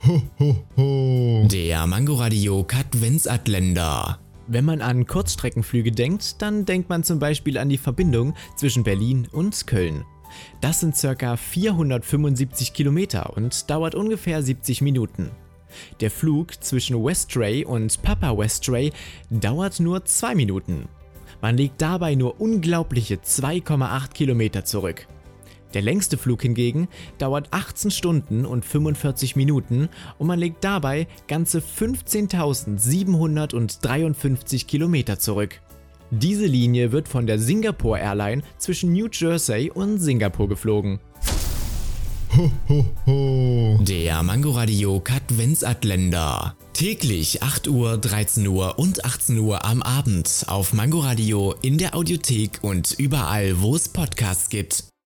Ho, ho, ho. Der Mangoradio Adventsatländer. Wenn man an Kurzstreckenflüge denkt, dann denkt man zum Beispiel an die Verbindung zwischen Berlin und Köln. Das sind ca. 475 Kilometer und dauert ungefähr 70 Minuten. Der Flug zwischen Westray und Papa Westray dauert nur 2 Minuten. Man legt dabei nur unglaubliche 2,8 Kilometer zurück. Der längste Flug hingegen dauert 18 Stunden und 45 Minuten und man legt dabei ganze 15.753 Kilometer zurück. Diese Linie wird von der Singapore Airline zwischen New Jersey und Singapur geflogen. Ho, ho, ho. Der Mangoradio Adventsatländer. Täglich 8 Uhr, 13 Uhr und 18 Uhr am Abend auf Mangoradio, in der Audiothek und überall, wo es Podcasts gibt.